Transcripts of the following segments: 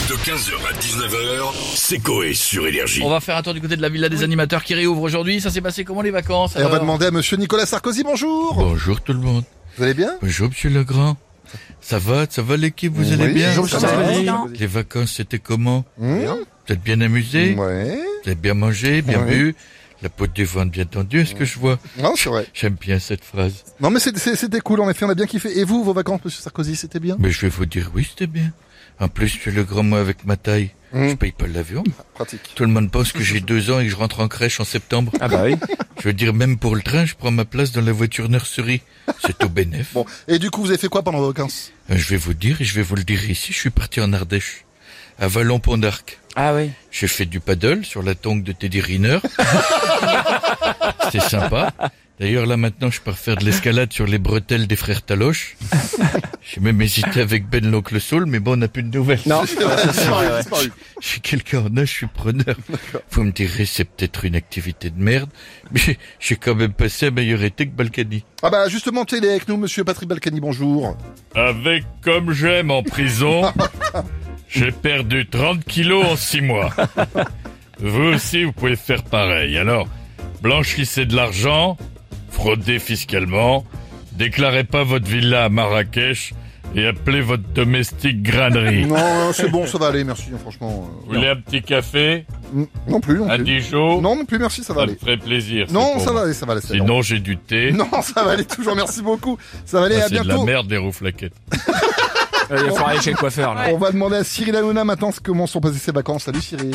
De 15h à 19h, c'est Coé sur Énergie. On va faire un tour du côté de la Villa des Animateurs qui réouvre aujourd'hui. Ça s'est passé comment les vacances Et on va demander à monsieur Nicolas Sarkozy, bonjour. Bonjour tout le monde. Vous allez bien? Bonjour monsieur Legrand. Ça va l'équipe, vous allez bien? Bonjour, ça va. Les vacances c'était comment? Vous êtes bien amusés? Ouais. Vous avez bien mangé, bien Ouais. bu? La peau du ventre bien tendue, est-ce que je vois? Non, c'est vrai. J'aime bien cette phrase. Non, mais c'était cool, en effet, on a bien kiffé. Et vous, vos vacances, monsieur Sarkozy, c'était bien? Mais je vais vous dire oui, c'était bien. En plus, monsieur Legrand, moi avec ma taille, je paye pas l'avion. Pratique. Tout le monde pense que j'ai 2 ans et que je rentre en crèche en septembre. Ah bah oui. Je veux dire, même pour le train, je prends ma place dans la voiture nurserie. C'est au bénéf. Bon. Et du coup, vous avez fait quoi pendant vos vacances? Je vais vous dire, et je vais vous le dire ici, je suis parti en Ardèche, à Vallon-Pont d'Arc. Ah oui. J'ai fait du paddle sur la tongue de Teddy Riner. C'était sympa. D'ailleurs, là, maintenant, je pars faire de l'escalade sur les bretelles des frères Taloche. J'ai même hésité avec Ben l'oncle Saul, mais bon, on n'a plus de nouvelles. Non. Disparu. Je suis quelqu'un en âge, je suis preneur. Vous me direz, c'est peut-être une activité de merde, mais j'ai quand même passé un meilleur été que Balkany. Ah bah, justement, tu sais, il est avec nous, monsieur Patrick Balkany, bonjour. Avec comme j'aime en prison, j'ai perdu 30 kilos en 6 mois. Vous aussi, vous pouvez faire pareil. Alors, blanchissez de l'argent, fraudez fiscalement, déclarez pas votre villa à Marrakech et appelez votre domestique granerie. Non, c'est bon, ça va aller, merci, franchement. Vous voulez un petit café Non plus, non à plus. Dijon? Non, non plus, merci, ça va Ça me aller. ferait plaisir. Non, c'est ça pour va moi. aller, ça va aller. c'est bon. Sinon, j'ai du thé. Non, ça va aller toujours, merci beaucoup. Ça va aller, Ah, à c'est de la bientôt. merde des rouflaquettes. Il va falloir aller chez le coiffeur là. On va demander à Cyril Hanouna maintenant comment sont passées ses vacances. Salut Cyril.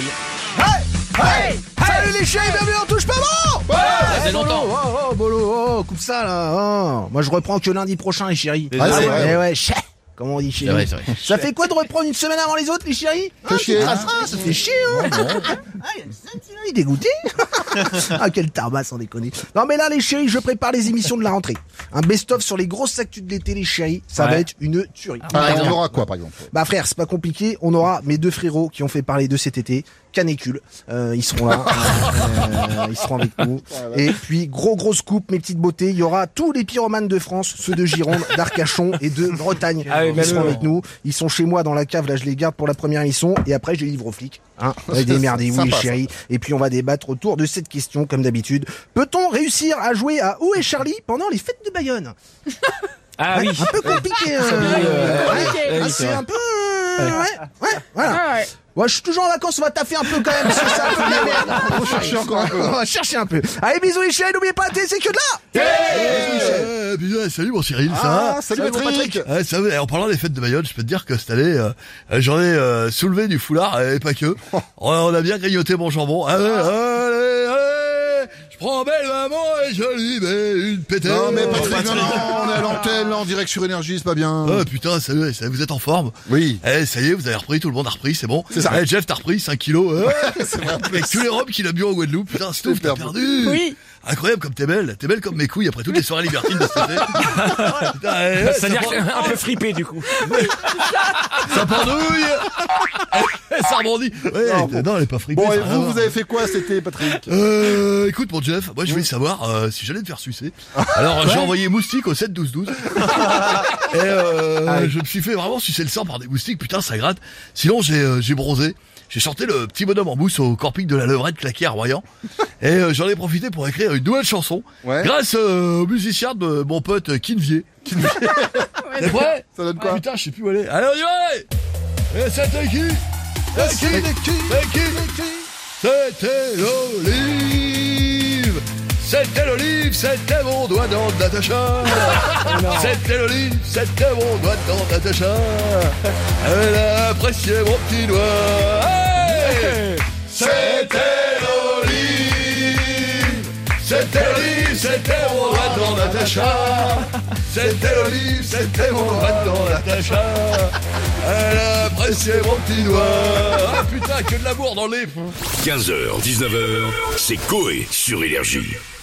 Salut les chéris, bienvenue en touche pas bon. Ça fait longtemps. Oh, Bolo, coupe ça là. Oh. Moi je reprends que lundi prochain les chéris. Ah, c'est vrai. Eh ouais, chais, comme on dit chez C'est nous. vrai, c'est vrai. Ça fait quoi de reprendre une semaine avant les autres les chéris? Fait chier. Ça fait chier hein. Il est dégoûté. Ah quel tarbat sans déconner. Non mais là les chéris, je prépare les émissions de la rentrée. Un best-of sur les grosses actus de l'été les chéris. Ça va être une tuerie. Ah, on aura quoi, par exemple? Bah frère, c'est pas compliqué, on aura mes 2 frérots qui ont fait parler de cet été, Canécule, ils seront là, ils seront avec nous. Et puis gros scoop, mes petites beautés, il y aura tous les pyromanes de France, ceux de Gironde, d'Arcachon et de Bretagne, qui seront avec nous. Ils sont chez moi dans la cave, là je les garde pour la première émission et après je les livre aux flics. Hein, démerdez-vous les Sympa, chéris. Et puis on va débattre autour de cette question comme d'habitude. Peut-on réussir à jouer à Où est Charlie pendant les fêtes de Bayonne? Ah oui. Un peu compliqué. C'est un peu... voilà. Ouais, je suis toujours en vacances, on va taffer un peu quand même, parce que c'est un peu de la merde. On va chercher encore un peu. On va chercher un peu. Allez, bisous les chéris, n'oubliez pas, c'est que de là. Putain, salut mon Cyril, ça va? Salut Patrick. Ça va, en parlant des fêtes de Bayonne, je peux te dire que cette année, j'en ai soulevé du foulard, et pas que. On a bien grignoté mon jambon. Allez, je prends belle maman et je lui mets une pétée. Non mais Patrick, non, on est à l'antenne, là, en direct sur Énergie, c'est pas bien. Ah putain, ça y est, vous êtes en forme. Oui. Ça y est, vous avez repris, tout le monde a repris, c'est bon. C'est ça. Jeff, t'as repris 5 kilos. C'est vrai. Avec tous les robes qu'il a bu en Guadeloupe. Putain, Stouff, t'as Superbe. perdu. Oui. Incroyable comme t'es belle comme mes couilles après toutes les soirées libertines de cet été. Putain, C'est-à-dire que c'est un peu fripé du coup. ça pendouille. Ça rebondit. Ouais, non, elle est pas fripée. Bon, et ça a rien à vous voir. avez fait quoi cet été, Patrick? Écoute mon Jeff, moi je voulais savoir si j'allais te faire sucer. Alors j'ai envoyé moustique au 7-12-12. Et je me suis fait vraiment sucer le sang par des moustiques, putain ça gratte. Sinon j'ai bronzé. J'ai chanté le petit bonhomme en mousse au camping de la Levrette claqué à Royan. Et j'en ai profité pour écrire une nouvelle chanson. Ouais. Grâce au musicien de mon pote Kinvier. T'es prêt? Ça donne quoi? Ah, putain, je sais plus où aller. Allez, on y va! Et c'était qui? C'était l'olive! C'était l'olive, c'était mon doigt dans Natacha! C'était l'olive, c'était mon doigt dans Natacha! Elle a apprécié mon petit doigt! Hey! C'était l'olive! C'était l'olive, c'était mon doigt dans Natacha! C'était l'olive, c'était mon doigt dans Natacha! Elle a apprécié mon petit doigt! Ah putain, que de l'amour dans les... 15h, 19h, c'est Coé sur Énergie.